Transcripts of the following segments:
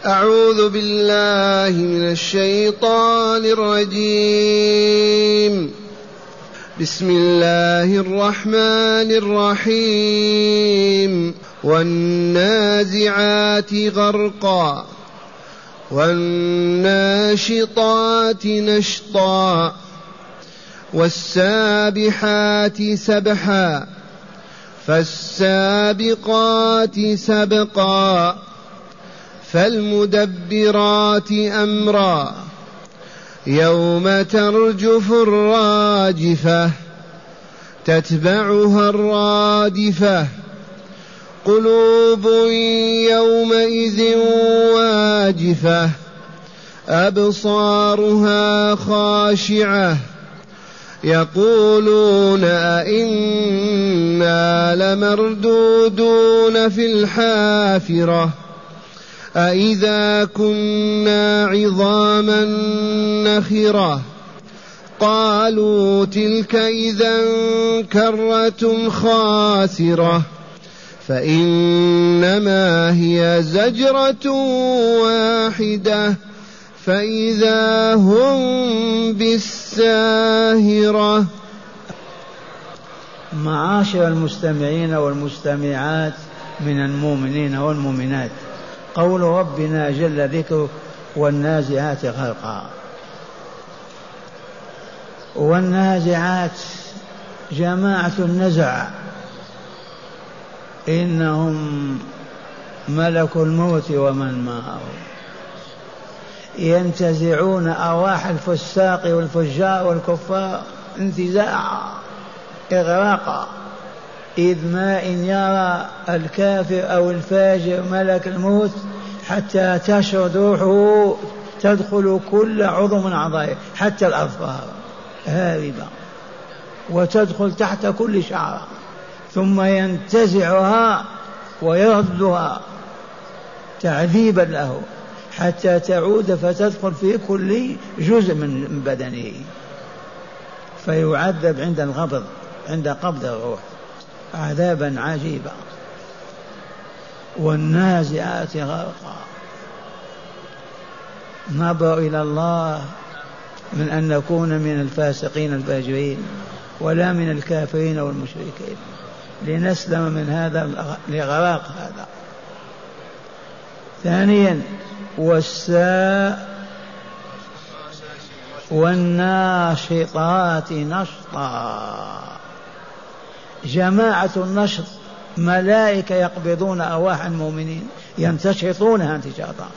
أعوذ بالله من الشيطان الرجيم. بسم الله الرحمن الرحيم. والنازعات غرقا والناشطات نشطا والسابحات سبحا فالسابقات سبقا فالمدبرات أمرا يوم ترجف الراجفة تتبعها الرادفة قلوب يومئذ واجفة أبصارها خاشعة يقولون أئنا لمردودون في الحافرة أئذا كنا عظاما نخرة قالوا تلك إذا كرة خاسرة فإنما هي زجرة واحدة فإذا هم بالساهرة. معاشر المستمعين والمستمعات من المؤمنين والمؤمنات، قول ربنا جل ذكره والنازعات غرقا. والنازعات جماعة النزع، إنهم ملك الموت ومن معه ينتزعون أرواح الفساق والفجار والكفار انتزاعا إغراقا، إذ ما إن يرى الكافر أو الفاجر ملك الموت حتى تشرد روحه تدخل كل عضو من أعضائه حتى الأظفار هاربة وتدخل تحت كل شعرة، ثم ينتزعها ويردها تعذيبا له حتى تعود فتدخل في كل جزء من بدنه فيعذب عند القبض، عند قبض الروح عذابا عجيبا. والنازعات غرقا، نبرأ إلى الله من أن نكون من الفاسقين الفاجرين ولا من الكافرين والمشركين، لنسلم من هذا لغراق هذا. ثانيا والناشطات نشطا، جماعة النشط ملائكة يقبضون أرواح المؤمنين ينتشطونها انتشاطا،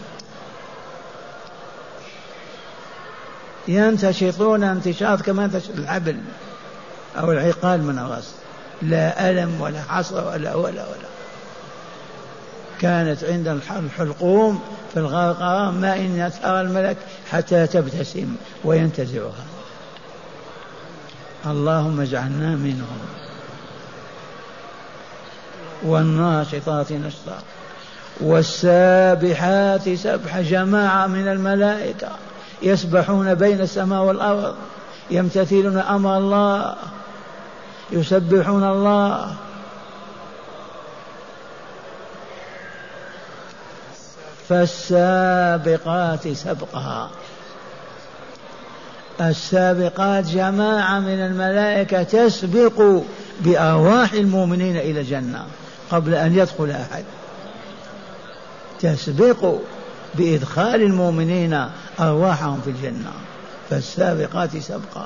ينتشطون انتشاط كما ينتشط الحبل أو العقال من الرأس، لا ألم ولا حصر ولا كانت عند الحلقوم في الغرقاء ما إن ترى الملك حتى تبتسم وينتزعها. اللهم اجعلنا منهم. والناشطات نشطا والسابحات سبحا، جماعة من الملائكة يسبحون بين السماء والأرض يمتثلون أمر الله يسبحون الله. فالسابقات سبقا، السابقات جماعة من الملائكة تسبق بأرواح المؤمنين إلى الجنة قبل أن يدخل أحد، تسبق بإدخال المؤمنين أرواحهم في الجنة. فالسابقات سبقا.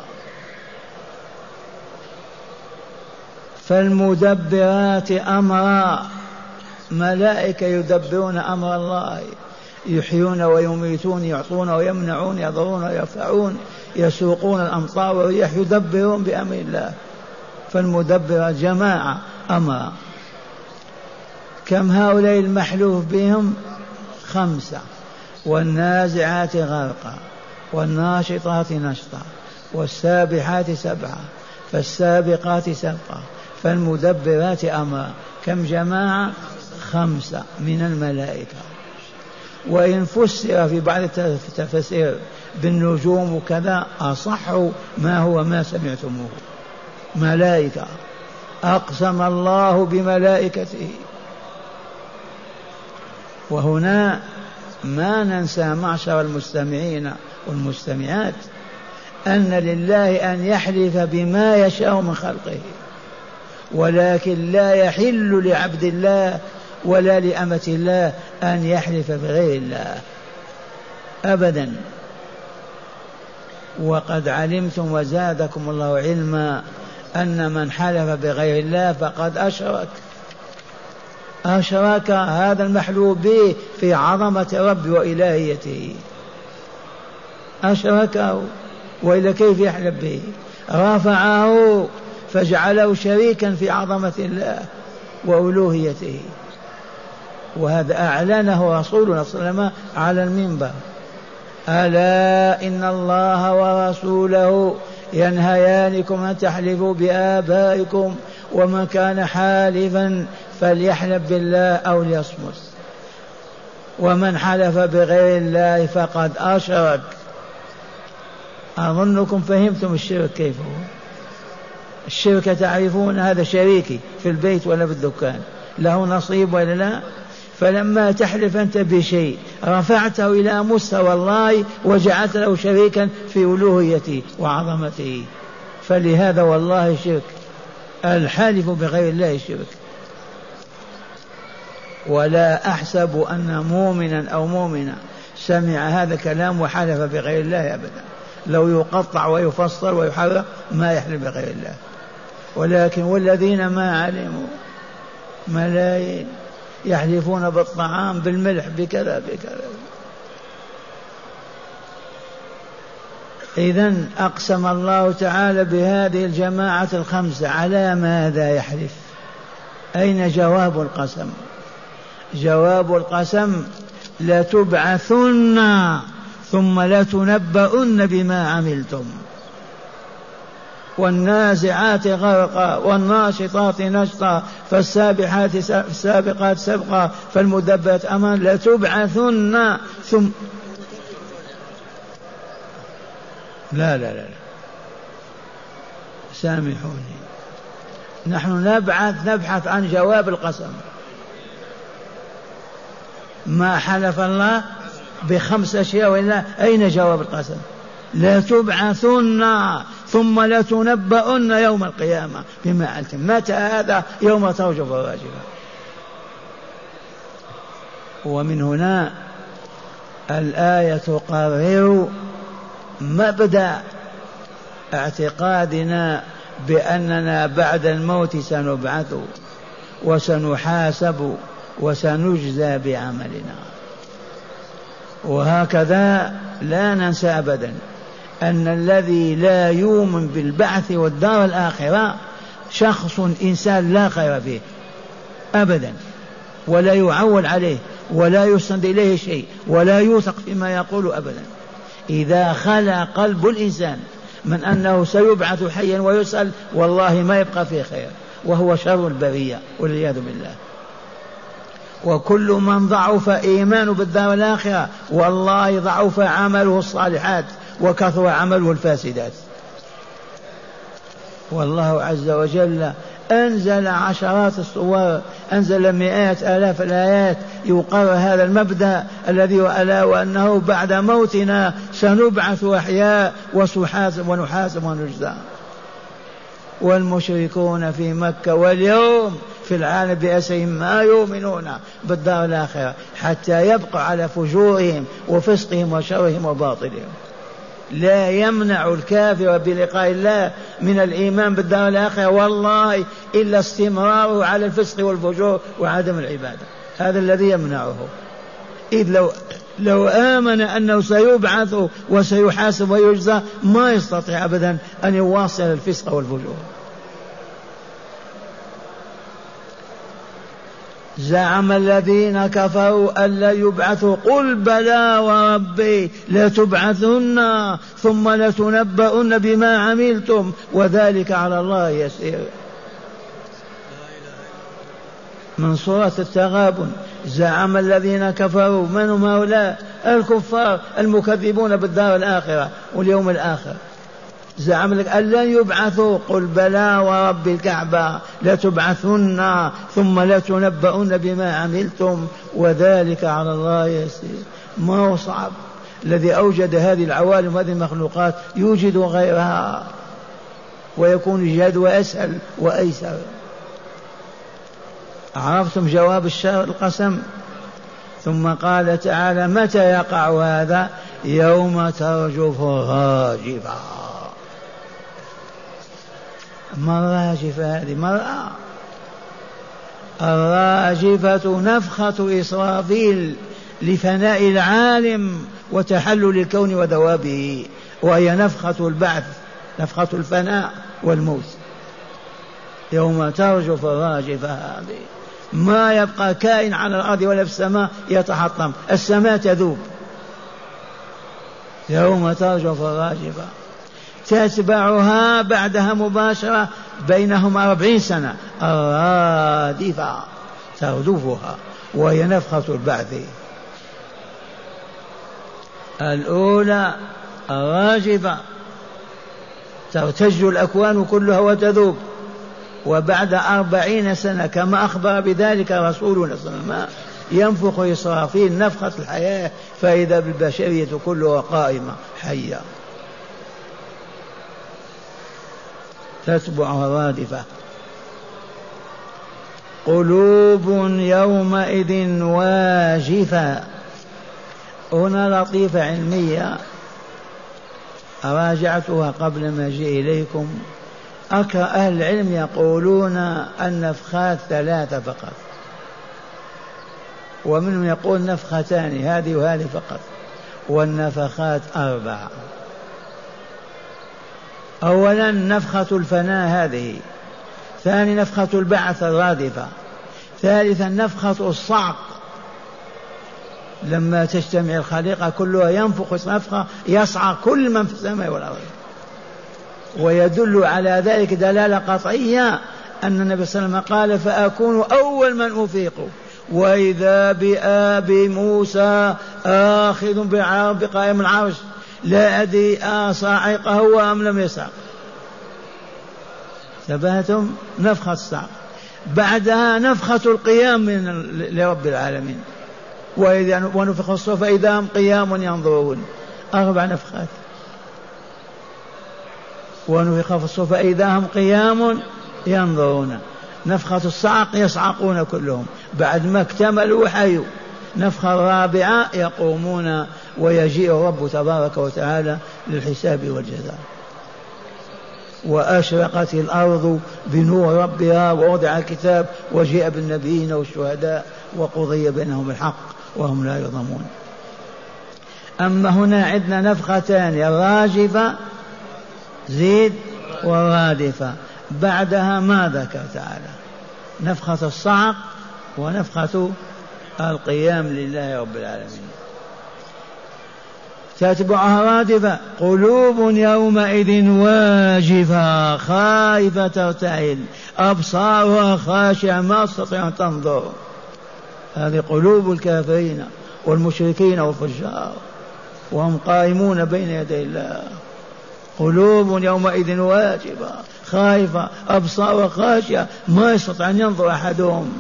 فالمدبرات أمرا، ملائكة يدبرون أمر الله، يحيون ويميتون، يعطون ويمنعون، يضرون ويرفعون، يسوقون الأمطار والرياح، يدبرون بأمر الله. فالمدبرات جماعة أمرا. كم هؤلاء المحلوف بهم؟ 5. والنازعات غرقا والناشطات نشطا والسابحات سبحا فالسابقات سبقا فالمدبرات أمرا. كم جماعة؟ 5 من الملائكة. وإن فسر في بعض التفسير بالنجوم وكذا أصح ما هو ما سمعتموه. ملائكة، أقسم الله بملائكته. وهنا ما ننسى معشر المستمعين والمستمعات أن لله أن يحلف بما يشاء من خلقه، ولكن لا يحل لعبد الله ولا لأمة الله أن يحلف بغير الله أبدا. وقد علمتم وزادكم الله علما أن من حلف بغير الله فقد أشرك هذا المحلوف به في عظمة رب وإلهيته، أشركه، وإلى كيف يحلف به؟ رفعه فجعله شريكا في عظمة الله وألوهيته، وهذا أعلنه رسولنا صلى الله عليه وسلم على المنبر: ألا إن الله ورسوله ينهيانكم أن تحلفوا بآبائكم ومن كان حالفا فليحلف بالله أو ليصمت، ومن حلف بغير الله فقد أشرك. أظنكم فهمتم الشرك كيف هو. الشرك تعرفون هذا شريكي في البيت ولا في الدكان، له نصيب ولا لا؟ فلما تحلف أنت بشيء رفعته إلى مستوى الله وجعلت له شريكا في ألوهيته وعظمته، فلهذا والله شرك، الحالف بغير الله شرك. ولا أحسب أن مؤمنا أو مؤمنة سمع هذا الكلام وحلف بغير الله أبدا، لو يقطع ويفصل ويحرق ما يحلف بغير الله. ولكن والذين ما علموا ملايين يحلفون بالطعام بالملح بكذا بكذا. إذن أقسم الله تعالى بهذه الجماعة الخمسة، على ماذا يحلف؟ أين جواب القسم؟ جواب القسم: لتبعثن ثم لتنبؤن بما عملتم. والنازعات غرقا والناشطات نشطا فالسابحات سابقات سبقا فالمدبرات أمرا لتبعثن ثم لا سامحوني، نحن نبحث عن جواب القسم. ما حلف الله بخمس أشياء وإلا أين جواب القسم؟ لتبعثن ثم لتنبؤن يوم القيامة بما عملتم. متى هذا؟ يوم ترجف الراجفة. ومن هنا الآية تقرر مبدأ اعتقادنا بأننا بعد الموت سنبعث وسنحاسب وسنجزى بعملنا. وهكذا لا ننسى أبدا أن الذي لا يؤمن بالبعث والدار الآخرة شخص إنسان لا خير فيه أبدا، ولا يعول عليه ولا يسند إليه شيء ولا يوثق فيما يقول أبدا. إذا خلا قلب الإنسان من أنه سيبعث حيا ويسأل والله ما يبقى فيه خير، وهو شر البرية والعياذ بالله. وكل من ضعف إيمان بالدار الآخرة والله ضعف عمله الصالحات وكثر عمله الفاسدات. والله عز وجل أنزل عشرات الصور، أنزل مئات آلاف الآيات يقرر هذا المبدأ الذي ألا وأنه بعد موتنا سنبعث أحياء ونحاسب ونجزى. والمشركون في مكة واليوم في العالم بأسرهم ما يؤمنون بالدار الآخرة حتى يبقى على فجورهم وفسقهم وشرهم وباطلهم. لا يمنع الكافر بلقاء الله من الإيمان بالدار الآخرة والله إلا استمراره على الفسق والفجور وعدم العبادة، هذا الذي يمنعه. إذ لو آمن أنه سيبعث وسيحاسب ويجزى ما يستطيع أبدا أن يواصل الفسق والفجور. زعم الذين كفروا أن لا يبعثوا قل بلى وربي لتبعثن ثم لتنبؤن بما عملتم وذلك على الله يسير. من سورة التغابن: زعم الذين كفروا، من هم هؤلاء؟ الكفار المكذبون بالدار الآخرة واليوم الآخر. زعم لك أن لن يبعثوا قل بلى ورب الكعبة لتبعثن ثم لتنبؤن بما عملتم وذلك على الله يسير. ما هو صعب. الذي أوجد هذه العوالم وهذه المخلوقات يوجد غيرها، ويكون الجهاد وأسهل وأيسر. عرفتم جواب القسم؟ ثم قال تعالى: متى يقع هذا؟ يوم ترجف الراجفة. ما الراجفة هذه؟ مرأة الراجفة نفخة إسرافيل لفناء العالم وتحلل الكون وذوابه، وهي نفخة البعث، نفخة الفناء والموت. يوم ترجف الراجفة هذه ما يبقى كائن على الأرض ولا في السماء يتحطم، السماء تذوب. يوم ترجف الراجفة تتبعها بعدها مباشرة بينهما 40 سنة الرادفة تردفها، وهي نفخة البعث. الأولى الراجفة ترتج الأكوان كلها وتذوب، وبعد 40 سنة كما أخبر بذلك رسولنا صلى الله عليه وسلم ينفخ إسرافيل نفخة الحياة، فإذا بالبشرية كلها قائمة حية تتبعها رادفة. قلوب يومئذ واجفة. هنا لطيفة علمية راجعتها قبل ما أجي إليكم. أهل العلم يقولون النفخات 3 فقط، ومنهم يقول نفختان هذه وهذه فقط، والنفخات 4. أولا نفخة الفناء هذه، ثاني نفخة البعث الرادفة، ثالثا نفخة الصعق لما تجتمع الخليقة كلها ينفخ نفخة يصعق كل من في السماء والأرض. ويدل على ذلك دلالة قطعية أن النبي صلى الله عليه وسلم قال: فأكون أول من أفيق، وإذا بآبي موسى آخذ بقائم العرش لا أدري صاعقه هو أم لم يصعق. ثبتم؟ نفخة الصعق. بعدها نفخة القيام لرب العالمين، وإذا ونفخ الصور فإذا هم قيام ينظرون. 4 نفخات. ونفخ في الصور فإذا هم قيام ينظرون. نفخة الصعق يصعقون كلهم بعد ما اكتملوا وحيوا. نفخة الرابعة يقومون ويجيء الرب تبارك وتعالى للحساب والجزاء. وأشرقت الأرض بنور ربها ووضع الكتاب وجيء بالنبيين والشهداء وقضي بينهم الحق وهم لا يظلمون. أما هنا عندنا نفختان، الراجفة زيد والرادفة. بعدها ما ذكر تعالى؟ نفخة الصعق ونفخة القيام لله رب العالمين. تتبعها رادفة. قلوب يومئذ واجفة خائفة ترتعد أبصارها خاشعة ما تستطيع أن تنظر. هذه قلوب الكافرين والمشركين والفجار وهم قائمون بين يدي الله. قلوب يومئذ واجفة خائفة أبصارها خاشعة ما يستطيع أن ينظر أحدهم.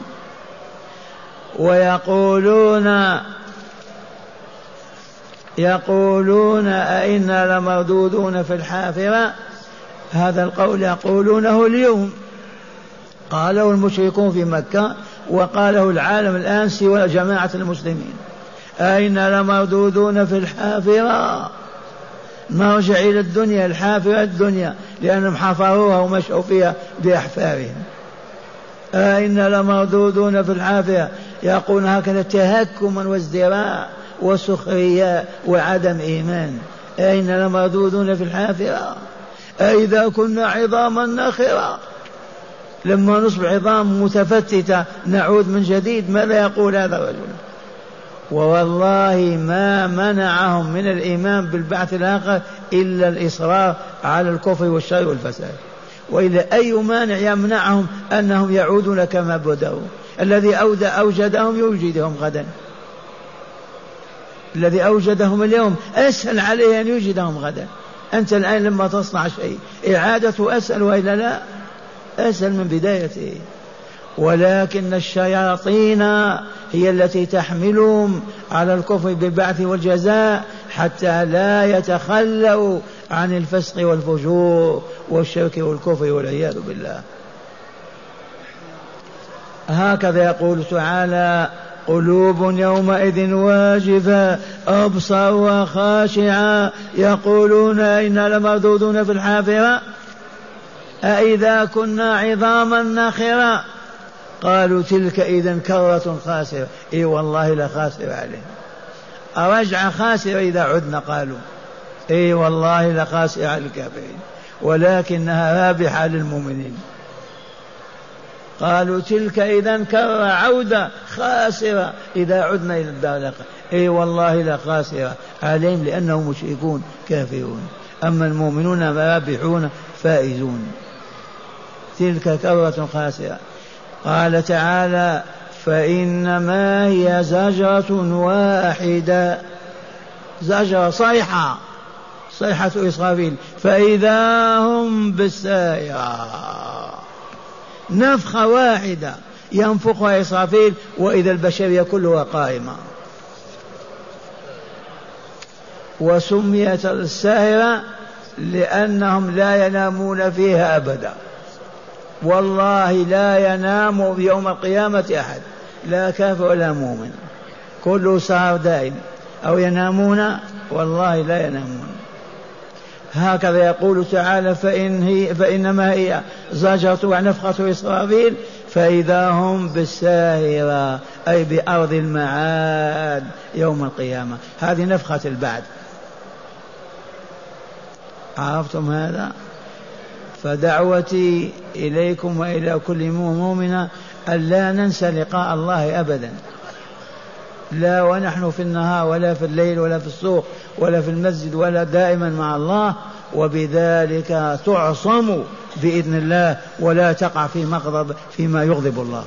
يقولون أئنا لمردودون في الحافرة. هذا القول يقولونه اليوم، قاله المشركون في مكة وقاله العالم الآن سوى جماعة المسلمين. أئنا لمردودون في الحافرة، نرجع إلى الدنيا، الحافرة الدنيا، لأنهم حفروها ومشوا فيها بأحفارهم. أئنا لمردودون في الحافرة، يقول هكذا تهكما وازدراء وسخرية وعدم إيمان. أئنا لمردودون في الحافرة أئذا كنا عظاما نخرة، لما نصبح عظام متفتتة نعود من جديد. ماذا يقول هذا الرجل؟ ووالله ما منعهم من الإيمان بالبعث الآخر إلا الإصرار على الكفر والشر والفساد، وإلا أي مانع يمنعهم أنهم يعودون كما بدأوا؟ الذي أوجدهم يوجدهم غدا، الذي أوجدهم اليوم أسهل عليه أن يوجدهم غدا. أنت الآن لما تصنع شيء إعادته أسهل وإلا لا؟ أسهل من بدايته. ولكن الشياطين هي التي تحملهم على الكفر بالبعث والجزاء حتى لا يتخلوا عن الفسق والفجور والشرك والكفر والعياذ بالله. هكذا يقول تعالى: قلوب يومئذ واجفة أبصارها خاشعة يقولون إنا لمردودون في الحافرة أإذا كنا عظاما نخرة قالوا تلك إذا كرة خاسرة. إي والله لخاسرة عليهم، أرجع خاسرة إذا عدنا قالوا إي والله لخاسرة على الكافرين ولكنها رابحة للمؤمنين. قالوا تلك إذا كرة عودة خاسرة إذا عدنا إلى الدار الآخرة. إي والله لخاسرة عليهم لأنهم مشركون كافرون، أما المؤمنون رابحون فائزون. تلك كرة خاسرة. قال تعالى: فإنما هي زجرة واحدة، زجرة صيحة إسرافيل فإذا هم بالساهرة، نفخة واحدة ينفخها إسرافيل وإذا البشرية كلها قائمة. وسميت الساهرة لأنهم لا ينامون فيها أبدا، والله لا ينام يوم القيامة أحد، لا كافر ولا مؤمن، كله سهر دائم. أو ينامون؟ والله لا ينامون. هكذا يقول تعالى: فإنما هي زجرة ونفخة إسرافيل فإذا هم بالساهرة، أي بأرض المعاد يوم القيامة. هذه نفخة البعث. عرفتم هذا؟ فدعوتي إليكم وإلى كل مؤمن ألا ننسى لقاء الله أبدا، لا ونحن في النهار ولا في الليل ولا في السوق ولا في المسجد ولا دائما مع الله، وبذلك تعصم بإذن الله ولا تقع في مغضب فيما يغضب الله.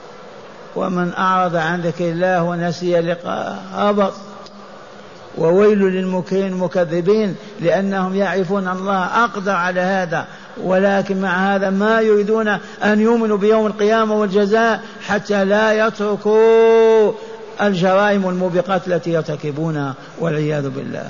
ومن أعرض عن ذكر الله ونسي لقاء هبط. وويل للمكذبين لأنهم يعرفون الله أقدر على هذا، ولكن مع هذا ما يريدون أن يؤمنوا بيوم القيامة والجزاء حتى لا يتركوا الجرائم والموبقات التي يرتكبونها والعياذ بالله.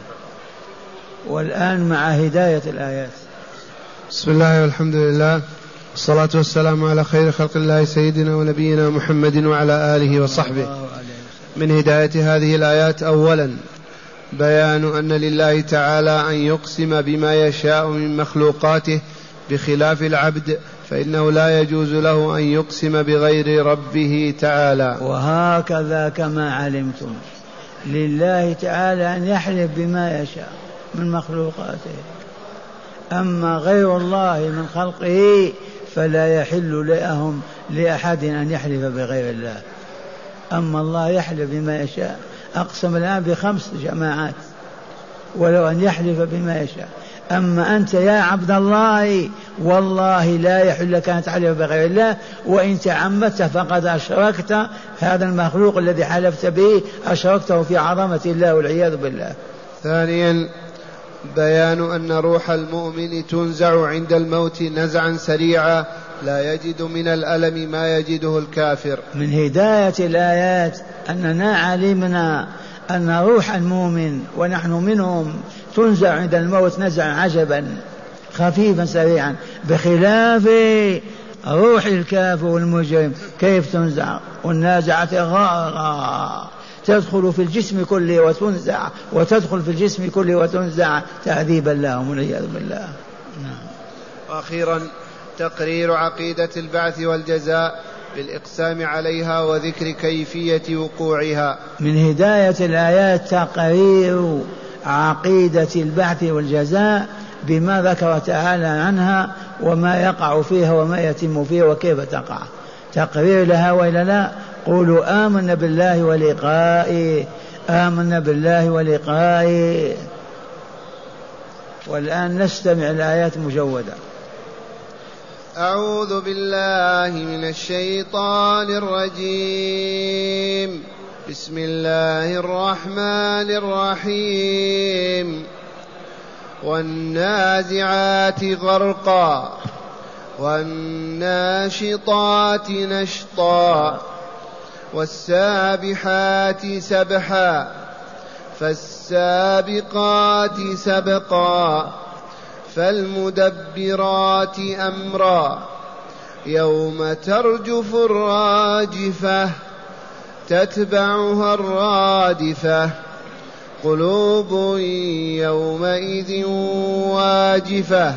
والآن مع هداية الآيات. بسم الله والحمد لله والصلاة والسلام على خير خلق الله سيدنا ونبينا محمد وعلى آله وصحبه. من هداية هذه الآيات: أولا بيان أن لله تعالى أن يقسم بما يشاء من مخلوقاته بخلاف العبد، فإنه لا يجوز له أن يقسم بغير ربه تعالى. وهكذا كما علمتم لله تعالى أن يحلف بما يشاء من مخلوقاته، أما غير الله من خلقه فلا يحل لهم لأحد أن يحلف بغير الله. أما الله يحلف بما يشاء. أقسم الآن ب5 جماعات ولو أن يحلف بما يشاء. أما أنت يا عبد الله والله لا يحل لك أن تحلف بغير الله، وإن تعمدت فقد أشركت. هذا المخلوق الذي حلفت به أشركته في عظمة الله والعياذ بالله. ثانيا بيان أن روح المؤمن تنزع عند الموت نزعا سريعا لا يجد من الألم ما يجده الكافر. من هداية الآيات أننا علمنا أن روح المؤمن ونحن منهم تنزع عند الموت نزعا عجبا خفيفا سريعا، بخلاف روح الكافر والمجرم كيف تنزع. والنازعة غارة تدخل في الجسم كله وتنزع، وتدخل في الجسم كله وتنزع تعذيبا لهم والعياذ بالله. وأخيرا تقرير عقيدة البعث والجزاء بالإقسام عليها وذكر كيفية وقوعها. من هداية الآيات تقرير عقيدة البعث والجزاء بما ذكر تعالى عنها وما يقع فيها وما يتم فيها وكيف تقع. تقرير لها وإلا لا؟ قولوا آمنا بالله ولقائه، آمنا بالله ولقائه. والآن نستمع الآيات مجودة. أعوذ بالله من الشيطان الرجيم. بسم الله الرحمن الرحيم. والنازعات والسابحات سبحا فالسابقات سبقا فالمدبرات أمرا يوم ترجف الراجفة تتبعها الرادفة قلوب يومئذ واجفة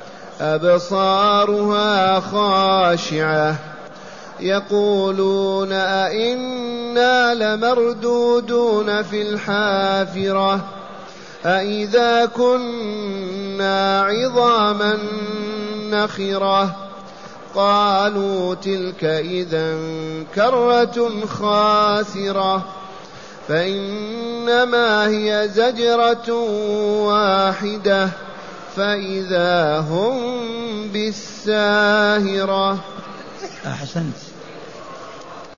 أبصارها خاشعة يقولون أئنا لمردودون في الحافرة أئذا كنا عظاما نخرة قالوا تلك إذا كرة خاسرة فإنما هي زجرة واحدة فإذا هم بالساهرة. أحسنت.